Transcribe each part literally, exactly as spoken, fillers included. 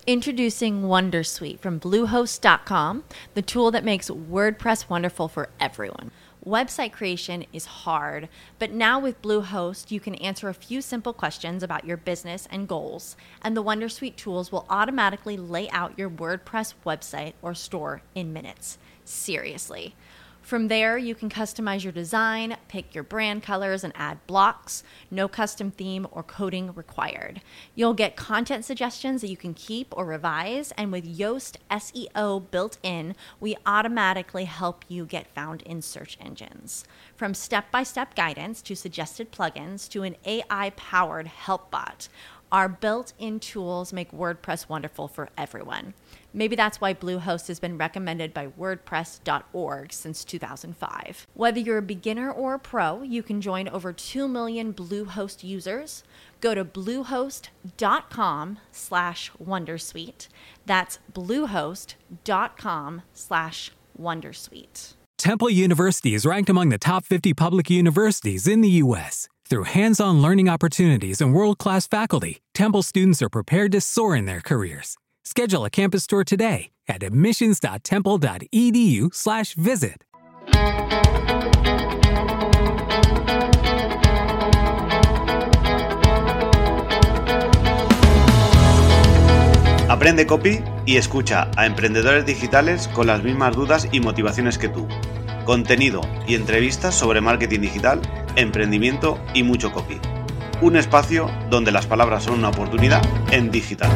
Introducing Wondersuite from Bluehost dot com, the tool that makes WordPress wonderful for everyone. Website creation is hard, but now with Bluehost, you can answer a few simple questions about your business and goals, and the Wondersuite tools will automatically lay out your WordPress website or store in minutes. Seriously. From there, you can customize your design, pick your brand colors, and add blocks. No custom theme or coding required. You'll get content suggestions that you can keep or revise, and with Yoast S E O built in, we automatically help you get found in search engines. From step-by-step guidance to suggested plugins to an A I-powered help bot, our built-in tools make WordPress wonderful for everyone. Maybe that's why Bluehost has been recommended by WordPress dot org since two thousand five. Whether you're a beginner or a pro, you can join over two million Bluehost users. Go to bluehost dot com slash wondersuite. That's bluehost dot com slash wondersuite. Temple University is ranked among the top fifty public universities in the U S Through hands-on learning opportunities and world-class faculty, Temple students are prepared to soar in their careers. Schedule a campus tour today at admissions dot temple dot e d u slash visit. Aprende copy y escucha a emprendedores digitales con las mismas dudas y motivaciones que tú. Contenido y entrevistas sobre marketing digital, emprendimiento y mucho copy. Un espacio donde las palabras son una oportunidad en digital.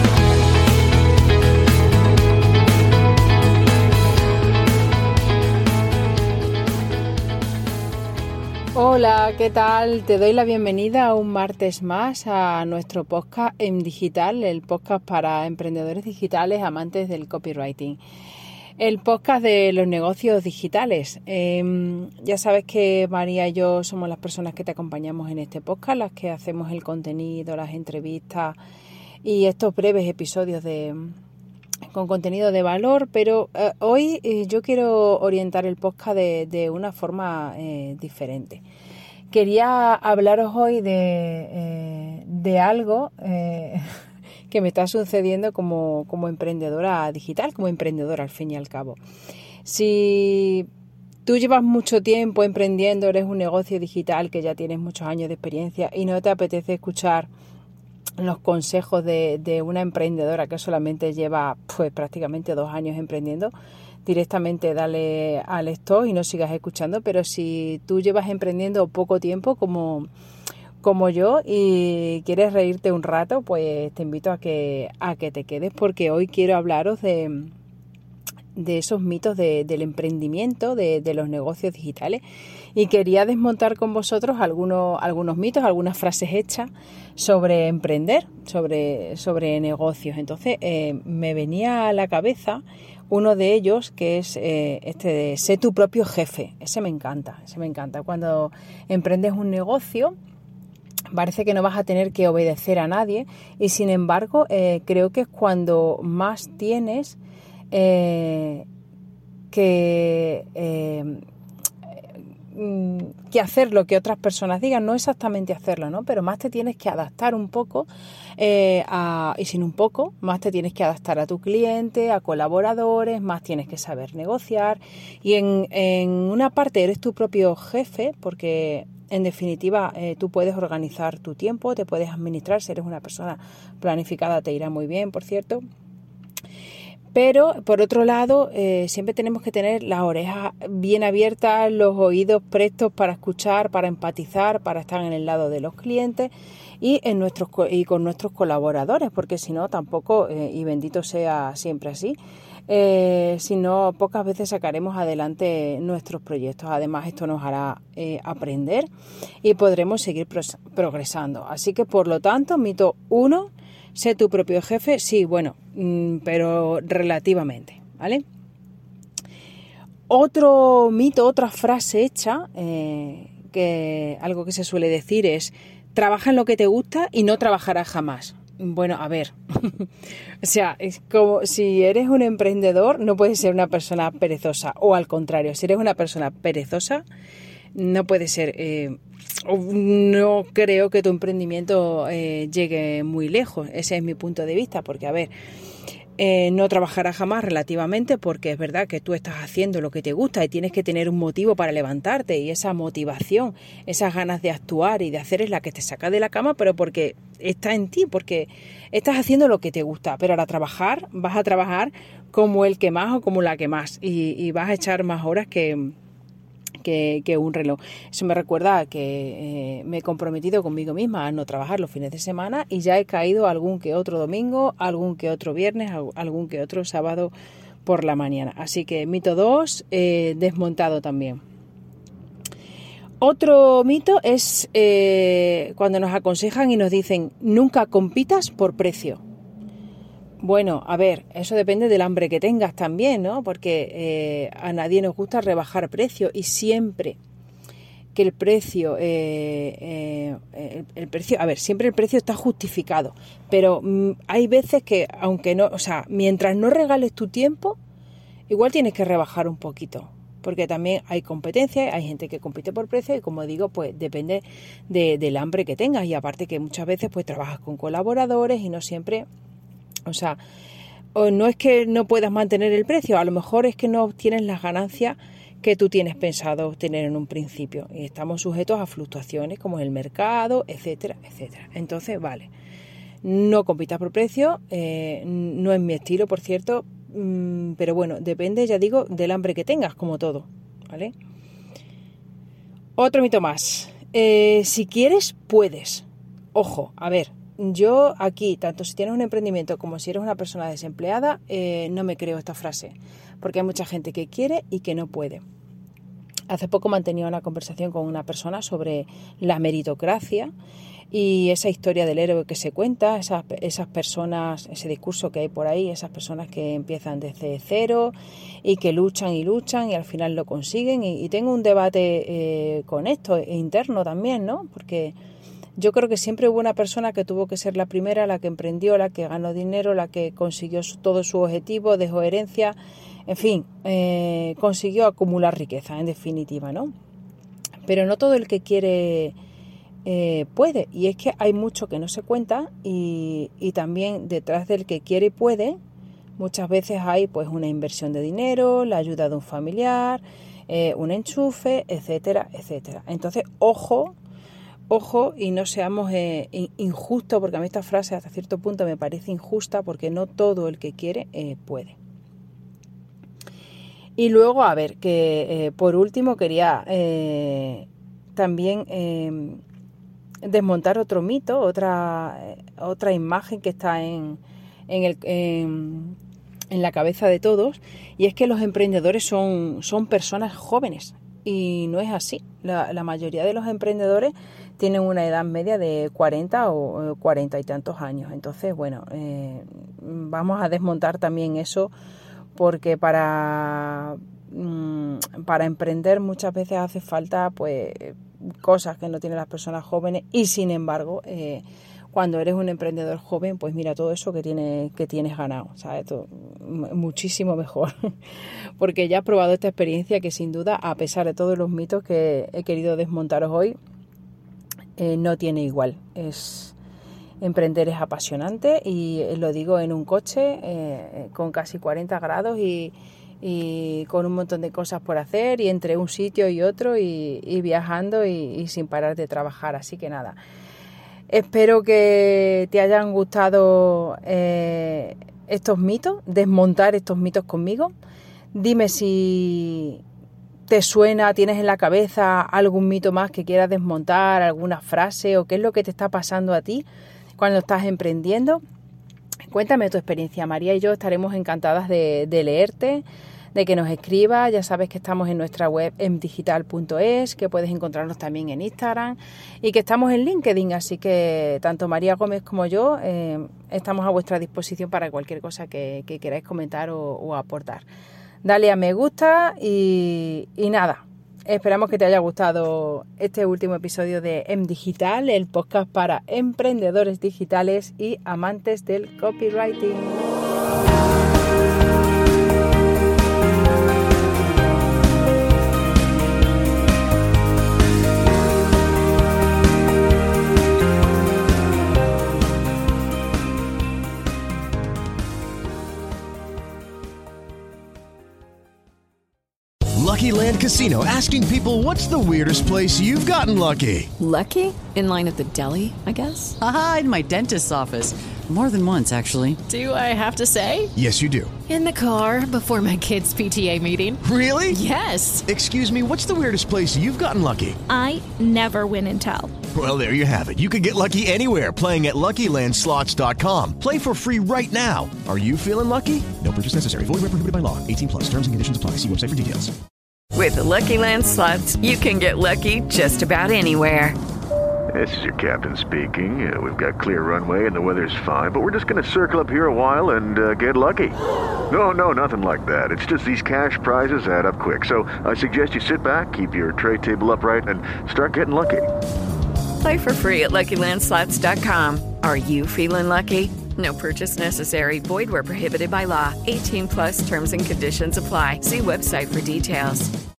Hola, ¿qué tal? Te doy la bienvenida un martes más a nuestro podcast en digital, el podcast para emprendedores digitales amantes del copywriting. El podcast de los negocios digitales. Eh, ya sabes que María y yo somos las personas que te acompañamos en este podcast, las que hacemos el contenido, las entrevistas y estos breves episodios de con contenido de valor, pero eh, hoy eh, yo quiero orientar el podcast de, de una forma eh, diferente. Quería hablaros hoy de, eh, de algo eh, que me está sucediendo como, como emprendedora digital, como emprendedora al fin y al cabo. Si tú llevas mucho tiempo emprendiendo, eres un negocio digital que ya tienes muchos años de experiencia y no te apetece escuchar los consejos de, de una emprendedora que solamente lleva pues prácticamente dos años emprendiendo, directamente dale al stop y no sigas escuchando. Pero si tú llevas emprendiendo poco tiempo como, como yo y quieres reírte un rato, pues te invito a que, a que te quedes, porque hoy quiero hablaros de, de esos mitos de, del emprendimiento, de, de los negocios digitales. Y quería desmontar con vosotros algunos, algunos mitos, algunas frases hechas sobre emprender, sobre, sobre negocios. Entonces eh, me venía a la cabeza uno de ellos, que es eh, este de sé tu propio jefe. Ese me encanta, ese me encanta. Cuando emprendes un negocio, parece que no vas a tener que obedecer a nadie y sin embargo eh, creo que es cuando más tienes eh, que... Eh, que hacer lo que otras personas digan, no exactamente hacerlo, ¿no? Pero más te tienes que adaptar un poco eh, a, y sin un poco, más te tienes que adaptar a tu cliente, a colaboradores, más tienes que saber negociar y en, en una parte eres tu propio jefe, porque en definitiva eh, tú puedes organizar tu tiempo, te puedes administrar, si eres una persona planificada te irá muy bien, por cierto. Pero, por otro lado, eh, siempre tenemos que tener las orejas bien abiertas, los oídos prestos para escuchar, para empatizar, para estar en el lado de los clientes y, en nuestros, y con nuestros colaboradores, porque si no, tampoco, eh, y bendito sea siempre así, eh, si no, pocas veces sacaremos adelante nuestros proyectos. Además, esto nos hará eh, aprender y podremos seguir pro- progresando. Así que, por lo tanto, mito uno... sé tu propio jefe, sí, bueno, pero relativamente, ¿vale? Otro mito, otra frase hecha, eh, que algo que se suele decir es trabaja en lo que te gusta y no trabajarás jamás. Bueno, a ver, o sea, es como si eres un emprendedor no puedes ser una persona perezosa, o al contrario, si eres una persona perezosa no puede ser. Eh, no creo que tu emprendimiento eh, llegue muy lejos. Ese es mi punto de vista, porque a ver, eh, no trabajarás jamás relativamente, porque es verdad que tú estás haciendo lo que te gusta y tienes que tener un motivo para levantarte, y esa motivación, esas ganas de actuar y de hacer es la que te saca de la cama, pero porque está en ti, porque estás haciendo lo que te gusta. Pero ahora trabajar, vas a trabajar como el que más o como la que más, y, y vas a echar más horas que Que, que un reloj. Eso me recuerda a que eh, me he comprometido conmigo misma a no trabajar los fines de semana, y ya he caído algún que otro domingo, algún que otro viernes, algún que otro sábado por la mañana. Así que mito dos, eh, desmontado también. Otro mito es eh, cuando nos aconsejan y nos dicen nunca compitas por precio. Bueno, a ver, eso depende del hambre que tengas también, ¿no? Porque eh, a nadie nos gusta rebajar precio, y siempre que el precio, eh, eh, el, el precio, a ver, siempre el precio está justificado, pero mm, hay veces que, aunque no, o sea, mientras no regales tu tiempo, igual tienes que rebajar un poquito, porque también hay competencia, hay gente que compite por precio, y como digo, pues depende de, del hambre que tengas, y aparte que muchas veces pues trabajas con colaboradores y no siempre. O sea, o no es que no puedas mantener el precio, a lo mejor es que no obtienes las ganancias que tú tienes pensado obtener en un principio, y estamos sujetos a fluctuaciones como el mercado, etcétera, etcétera. Entonces, vale, no compitas por precio, eh, no es mi estilo, por cierto, mmm, pero bueno, depende, ya digo, del hambre que tengas, como todo, ¿vale? Otro mito más, eh, si quieres, puedes. Ojo, a ver. Yo aquí, tanto si tienes un emprendimiento como si eres una persona desempleada, eh, no me creo esta frase, porque hay mucha gente que quiere y que no puede. Hace poco mantenía una conversación con una persona sobre la meritocracia y esa historia del héroe que se cuenta, esas, esas personas, ese discurso que hay por ahí, esas personas que empiezan desde cero y que luchan y luchan y al final lo consiguen. Y, y tengo un debate eh, con esto, interno también, ¿no? Porque yo creo que siempre hubo una persona que tuvo que ser la primera, la que emprendió, la que ganó dinero, la que consiguió su, todo su objetivo, dejó herencia, en fin, eh, consiguió acumular riqueza, en definitiva, ¿no? Pero no todo el que quiere eh, puede, y es que hay mucho que no se cuenta, y, y también detrás del que quiere y puede, muchas veces hay pues una inversión de dinero, la ayuda de un familiar, eh, un enchufe, etcétera, etcétera. Entonces, ojo, Ojo y no seamos eh, injustos, porque a mí esta frase hasta cierto punto me parece injusta, porque no todo el que quiere eh, puede. Y luego, a ver, que eh, por último quería eh, también eh, desmontar otro mito, otra, eh, otra imagen que está en, en, el, en, en la cabeza de todos, y es que los emprendedores son, son personas jóvenes, y no es así. La, la mayoría de los emprendedores tienen una edad media de cuarenta o cuarenta y tantos años. Entonces, bueno, eh, vamos a desmontar también eso, porque para, mmm, para emprender muchas veces hace falta pues cosas que no tienen las personas jóvenes, y sin embargo, eh, cuando eres un emprendedor joven, pues mira todo eso que tienes, que tienes ganado, ¿sabes? Todo, muchísimo mejor, porque ya has probado esta experiencia que sin duda, a pesar de todos los mitos que he querido desmontaros hoy, eh, no tiene igual. Es emprender es apasionante, y lo digo en un coche eh, con casi cuarenta grados y, y con un montón de cosas por hacer, y entre un sitio y otro, y, y viajando y, y sin parar de trabajar. Así que nada, espero que te hayan gustado eh, estos mitos, desmontar estos mitos conmigo. Dime si te suena, tienes en la cabeza algún mito más que quieras desmontar, alguna frase, o qué es lo que te está pasando a ti cuando estás emprendiendo. Cuéntame tu experiencia. María y yo estaremos encantadas de, de leerte, de que nos escribas. Ya sabes que estamos en nuestra web em digital punto es, que puedes encontrarnos también en Instagram, y que estamos en LinkedIn, así que tanto María Gómez como yo eh, estamos a vuestra disposición para cualquier cosa que, que queráis comentar o, o aportar. Dale a me gusta y, y nada, esperamos que te haya gustado este último episodio de Em Digital, el podcast para emprendedores digitales y amantes del copywriting. Lucky Land Casino, asking people, what's the weirdest place you've gotten lucky? Lucky? In line at the deli, I guess? Aha, in my dentist's office. More than once, actually. Do I have to say? Yes, you do. In the car before my kids' P T A meeting. Really? Yes. Excuse me, what's the weirdest place you've gotten lucky? I never win and tell. Well, there you have it. You can get lucky anywhere, playing at Lucky Land Slots dot com. Play for free right now. Are you feeling lucky? No purchase necessary. Void where prohibited by law. eighteen plus. Terms and conditions apply. See website for details. With the Lucky Land Slots, you can get lucky just about anywhere. This is your captain speaking. Uh, we've got clear runway and the weather's fine, but we're just going to circle up here a while and uh, get lucky. No, no, nothing like that. It's just these cash prizes add up quick. So I suggest you sit back, keep your tray table upright, and start getting lucky. Play for free at Lucky Land Slots dot com. Are you feeling lucky? No purchase necessary. Void where prohibited by law. eighteen plus terms and conditions apply. See website for details.